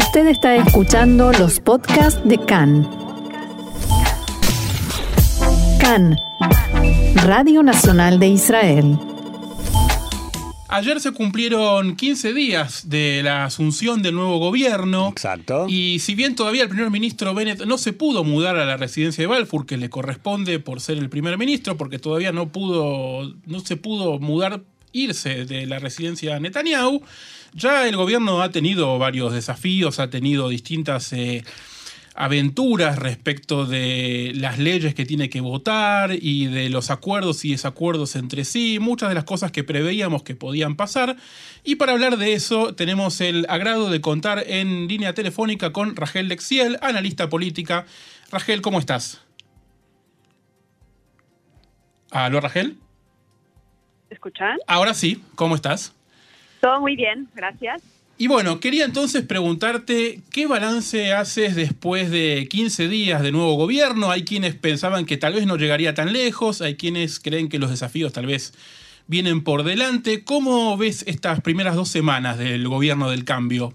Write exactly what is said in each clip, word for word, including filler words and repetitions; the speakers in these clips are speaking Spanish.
Usted está escuchando los podcasts de C A N. C A N, Radio Nacional de Israel. Ayer se cumplieron quince días de la asunción del nuevo gobierno. Exacto. Y si bien todavía el primer ministro Bennett no se pudo mudar a la residencia de Balfour, que le corresponde por ser el primer ministro, porque todavía no pudo, no se pudo mudar, irse de la residencia de Netanyahu, ya el gobierno ha tenido varios desafíos, ha tenido distintas eh, aventuras respecto de las leyes que tiene que votar y de los acuerdos y desacuerdos entre sí, muchas de las cosas que preveíamos que podían pasar. Y para hablar de eso tenemos el agrado de contar en línea telefónica con Rachel Lexiel, analista política. Rachel, ¿cómo estás? ¿Aló, Rachel? ¿Me escuchan? Ahora sí, ¿cómo estás? Todo muy bien, gracias. Y bueno, quería entonces preguntarte, ¿qué balance haces después de quince días de nuevo gobierno? Hay quienes pensaban que tal vez no llegaría tan lejos, hay quienes creen que los desafíos tal vez vienen por delante. ¿Cómo ves estas primeras dos semanas del gobierno del cambio?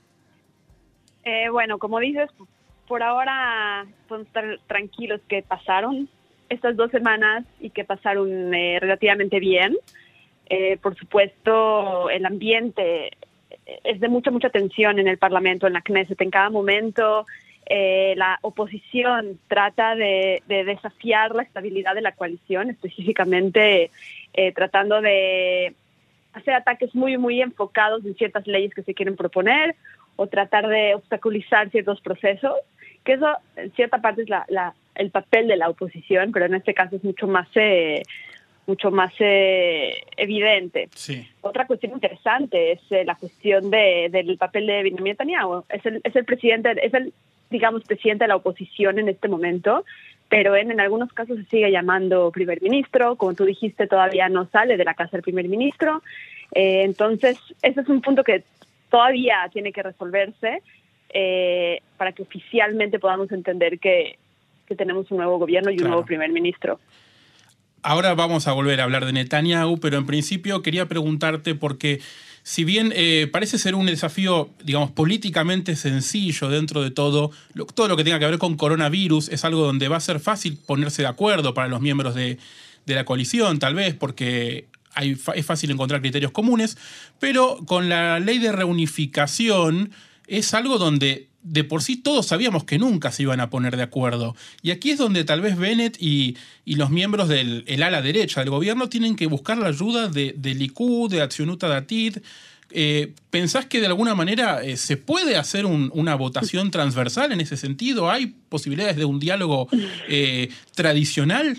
Eh, bueno, como dices, por ahora podemos estar tranquilos que pasaron estas dos semanas y que pasaron eh, relativamente bien. Eh, por supuesto, el ambiente es de mucha, mucha tensión en el Parlamento, en la Knesset. En cada momento eh, la oposición trata de, de desafiar la estabilidad de la coalición, específicamente eh, tratando de hacer ataques muy, muy enfocados en ciertas leyes que se quieren proponer o tratar de obstaculizar ciertos procesos, que eso en cierta parte es la, la, el papel de la oposición, pero en este caso es mucho más... Eh, mucho más eh, evidente. Sí. Otra cuestión interesante es eh, la cuestión de, del papel de Benjamin Netanyahu. Es el, es el presidente, es el, digamos, presidente de la oposición en este momento, pero en, en algunos casos se sigue llamando primer ministro. Como tú dijiste, todavía no sale de la casa del primer ministro. Eh, entonces, ese es un punto que todavía tiene que resolverse eh, para que oficialmente podamos entender que, que tenemos un nuevo gobierno y un claro. nuevo primer ministro. Ahora vamos a volver a hablar de Netanyahu, pero en principio quería preguntarte porque si bien eh, parece ser un desafío, digamos, políticamente sencillo dentro de todo, lo, todo lo que tenga que ver con coronavirus es algo donde va a ser fácil ponerse de acuerdo para los miembros de, de la coalición, tal vez, porque hay, es fácil encontrar criterios comunes, pero con la ley de reunificación es algo donde de por sí todos sabíamos que nunca se iban a poner de acuerdo. Y aquí es donde tal vez Bennett y, y los miembros del el ala derecha del gobierno tienen que buscar la ayuda de, de Likud, de Atzionut Datit. Eh, ¿Pensás que de alguna manera eh, se puede hacer un, una votación transversal en ese sentido? ¿Hay posibilidades de un diálogo eh, tradicional?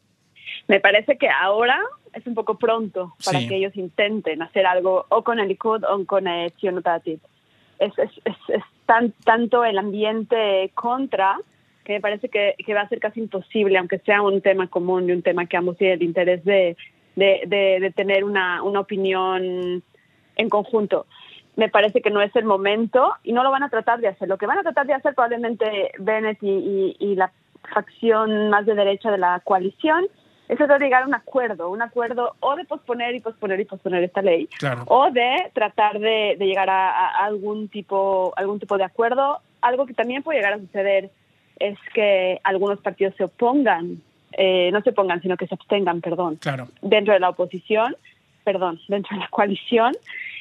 Me parece que ahora es un poco pronto para sí. que ellos intenten hacer algo o con el Likud o con Atzionut Datit. Es, es, es, es tan, tanto el ambiente contra que me parece que, que va a ser casi imposible, aunque sea un tema común y un tema que ambos tienen el interés de, de, de, de tener una, una opinión en conjunto. Me parece que no es el momento y no lo van a tratar de hacer. Lo que van a tratar de hacer probablemente Bennett y, y, y la facción más de derecha de la coalición es tratar de llegar a un acuerdo, un acuerdo o de posponer y posponer y posponer esta ley, claro. o de tratar de, de llegar a, a algún tipo, algún tipo de acuerdo. Algo que también puede llegar a suceder es que algunos partidos se opongan, eh, no se opongan, sino que se abstengan, perdón, claro. dentro de la oposición, perdón, dentro de la coalición,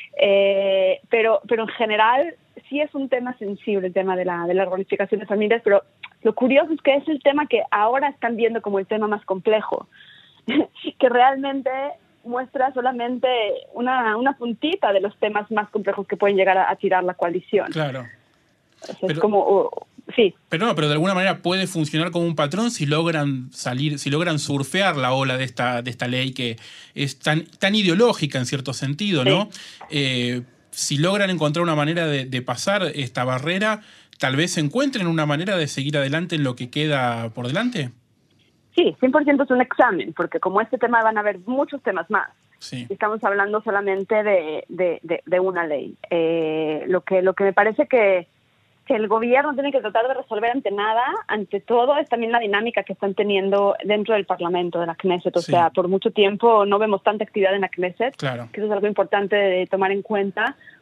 eh, pero, pero en general sí es un tema sensible el tema de la, de la reunificación de familias, pero lo curioso es que es el tema que ahora están viendo como el tema más complejo, que realmente muestra solamente una, una puntita de los temas más complejos que pueden llegar a, a tirar la coalición. Claro. O sea, pero, es como, uh, sí. Pero no, pero de alguna manera puede funcionar como un patrón si logran salir, si logran surfear la ola de esta, de esta ley que es tan, tan ideológica en cierto sentido, ¿no? Sí. Eh, si logran encontrar una manera de, de pasar esta barrera, tal vez encuentren una manera de seguir adelante en lo que queda por delante. Sí, cien por ciento es un examen, porque como este tema van a haber muchos temas más. Sí. Estamos hablando solamente de, de, de, de una ley. Eh, lo que lo que me parece que, que el gobierno tiene que tratar de resolver ante nada, ante todo, es también la dinámica que están teniendo dentro del Parlamento, de la Knesset. O sí. sea, por mucho tiempo no vemos tanta actividad en la Knesset, claro. que eso es algo importante de tomar en cuenta,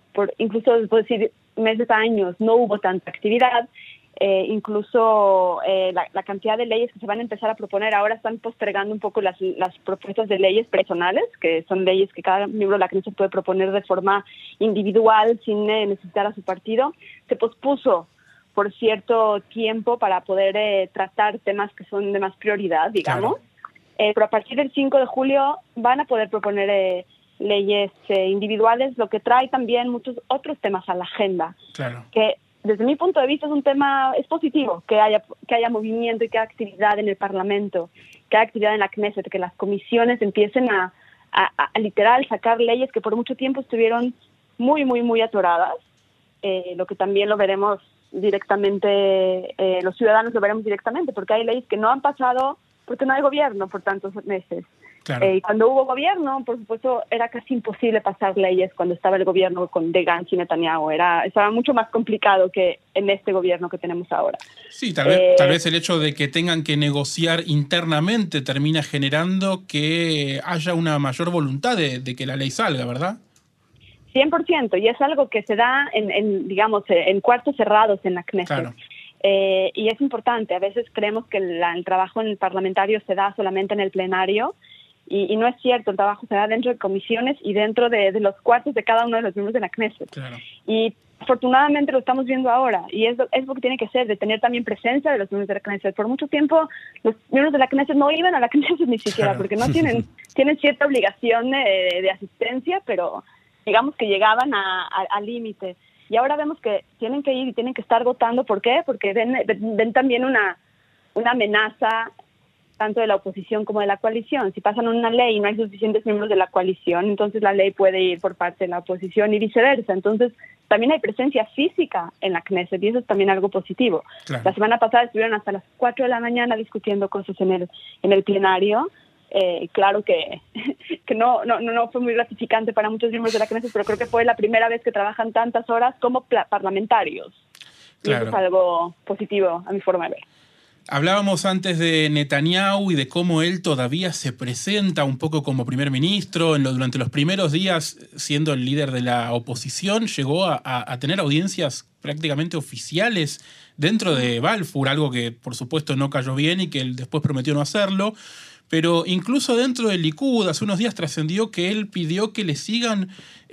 por incluso después de meses, años, no hubo tanta actividad. Eh, incluso eh, la, la cantidad de leyes que se van a empezar a proponer ahora están postergando un poco las, las propuestas de leyes personales, que son leyes que cada miembro de la Knesset puede proponer de forma individual sin eh, necesitar a su partido. Se pospuso por cierto tiempo para poder eh, tratar temas que son de más prioridad, digamos. Claro. Eh, pero a partir del cinco de julio van a poder proponer eh, leyes eh, individuales, lo que trae también muchos otros temas a la agenda. Claro. Que desde mi punto de vista es un tema, es positivo que haya, que haya movimiento y que haya actividad en el Parlamento, que haya actividad en la Knesset, que las comisiones empiecen a, a, a literal sacar leyes que por mucho tiempo estuvieron muy, muy, muy atoradas, eh, lo que también lo veremos directamente, eh, los ciudadanos lo veremos directamente, porque hay leyes que no han pasado porque no hay gobierno por tantos meses. Claro. Eh, cuando hubo gobierno, por supuesto, era casi imposible pasar leyes cuando estaba el gobierno con de Gantz y Netanyahu. Era, estaba mucho más complicado que en este gobierno que tenemos ahora. Sí, tal vez, eh, tal vez el hecho de que tengan que negociar internamente termina generando que haya una mayor voluntad de, de que la ley salga, ¿verdad? cien por ciento, y es algo que se da en, en digamos, en cuartos cerrados en la Knesset. Claro. Eh, y es importante. A veces creemos que la, el trabajo en el parlamentario se da solamente en el plenario, y, y no es cierto. El trabajo se da dentro de comisiones y dentro de, de los cuartos de cada uno de los miembros de la Knesset. Claro. Y afortunadamente lo estamos viendo ahora, y es lo, es lo que tiene que ser, de tener también presencia de los miembros de la Knesset. Por mucho tiempo los miembros de la Knesset no iban a la Knesset ni siquiera, claro. porque no tienen, tienen cierta obligación de, de asistencia, pero digamos que llegaban al límite. Y ahora vemos que tienen que ir y tienen que estar votando. ¿Por qué? Porque ven, ven también una, una amenaza tanto de la oposición como de la coalición. Si pasan una ley y no hay suficientes miembros de la coalición, entonces la ley puede ir por parte de la oposición y viceversa. Entonces también hay presencia física en la Knesset, y eso es también algo positivo. Claro. La semana pasada estuvieron hasta las cuatro de la mañana discutiendo cosas en el, en el plenario. Eh, claro que, que no, no, no fue muy gratificante para muchos miembros de la Knesset, pero creo que fue la primera vez que trabajan tantas horas como parlamentarios. Claro. Y eso es algo positivo a mi forma de ver. Hablábamos antes de Netanyahu y de cómo él todavía se presenta un poco como primer ministro. En lo, durante los primeros días, siendo el líder de la oposición, llegó a, a, a tener audiencias prácticamente oficiales dentro de Balfour, algo que por supuesto no cayó bien y que él después prometió no hacerlo. Pero incluso dentro del Likud, hace unos días trascendió que él pidió que le sigan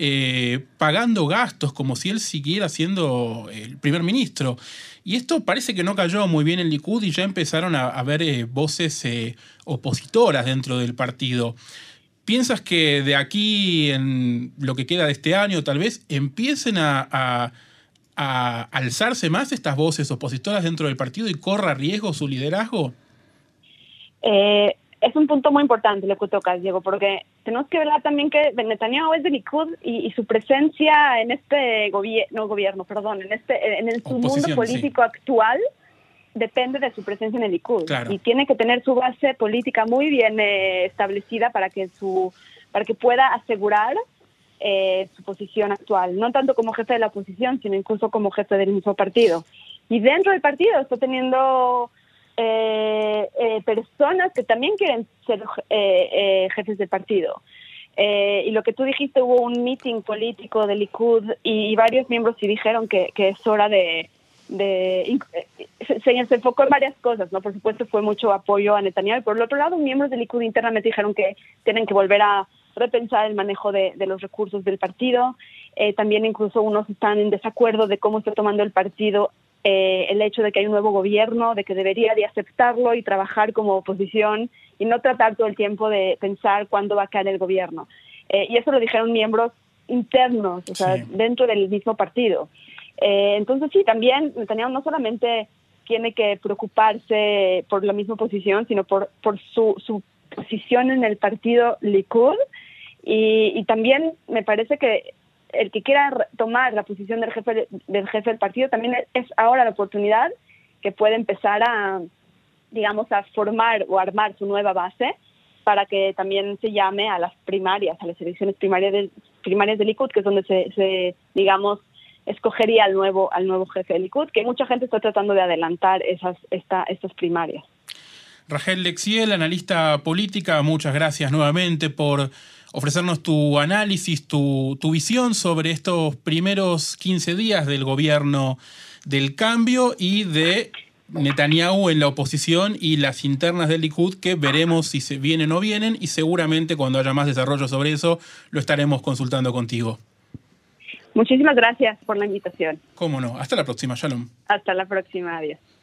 eh, pagando gastos, como si él siguiera siendo el primer ministro. Y esto parece que no cayó muy bien en Likud y ya empezaron a, a ver eh, voces eh, opositoras dentro del partido. ¿Piensas que de aquí, en lo que queda de este año, tal vez empiecen a, a, a alzarse más estas voces opositoras dentro del partido y corra riesgo su liderazgo? Eh... Es un punto muy importante lo que tocas, Diego, porque tenemos que ver también que Netanyahu es de Likud y, y su presencia en este gobierno, no gobierno, perdón, en este, en el su mundo político sí. actual depende de su presencia en el Likud. Claro. Y tiene que tener su base política muy bien eh, establecida para que su, para que pueda asegurar eh, su posición actual, no tanto como jefe de la oposición, sino incluso como jefe del mismo partido. Y dentro del partido está teniendo Eh, eh, personas que también quieren ser eh, eh, jefes de partido. Eh, y lo que tú dijiste, hubo un meeting político del Likud y, y varios miembros sí dijeron que, que es hora de... de se, se enfocó en varias cosas, ¿no? Por supuesto fue mucho apoyo a Netanyahu, y por el otro lado miembros del Likud internamente dijeron que tienen que volver a repensar el manejo de, de los recursos del partido. Eh, también incluso unos están en desacuerdo de cómo está tomando el partido Eh, el hecho de que hay un nuevo gobierno, de que debería de aceptarlo y trabajar como oposición y no tratar todo el tiempo de pensar cuándo va a caer el gobierno. Eh, y eso lo dijeron miembros internos, o sea, sí. dentro del mismo partido. Eh, entonces sí, también Netanyahu no solamente tiene que preocuparse por la misma posición, sino por, por su, su posición en el partido Likud, y, y también me parece que el que quiera tomar la posición del jefe del jefe del partido también es ahora la oportunidad que puede empezar a, digamos, a formar o armar su nueva base para que también se llame a las primarias, a las elecciones primarias del, primarias del Likud, que es donde se, se digamos, escogería al nuevo al nuevo jefe del Likud, que mucha gente está tratando de adelantar esas esta, estas primarias. Rachel Lexiel, analista política, muchas gracias nuevamente por ofrecernos tu análisis, tu, tu visión sobre estos primeros quince días del gobierno del cambio y de Netanyahu en la oposición y las internas del Likud, que veremos si se vienen o vienen, y seguramente cuando haya más desarrollo sobre eso lo estaremos consultando contigo. Muchísimas gracias por la invitación. Cómo no. Hasta la próxima. Shalom. Hasta la próxima. Adiós.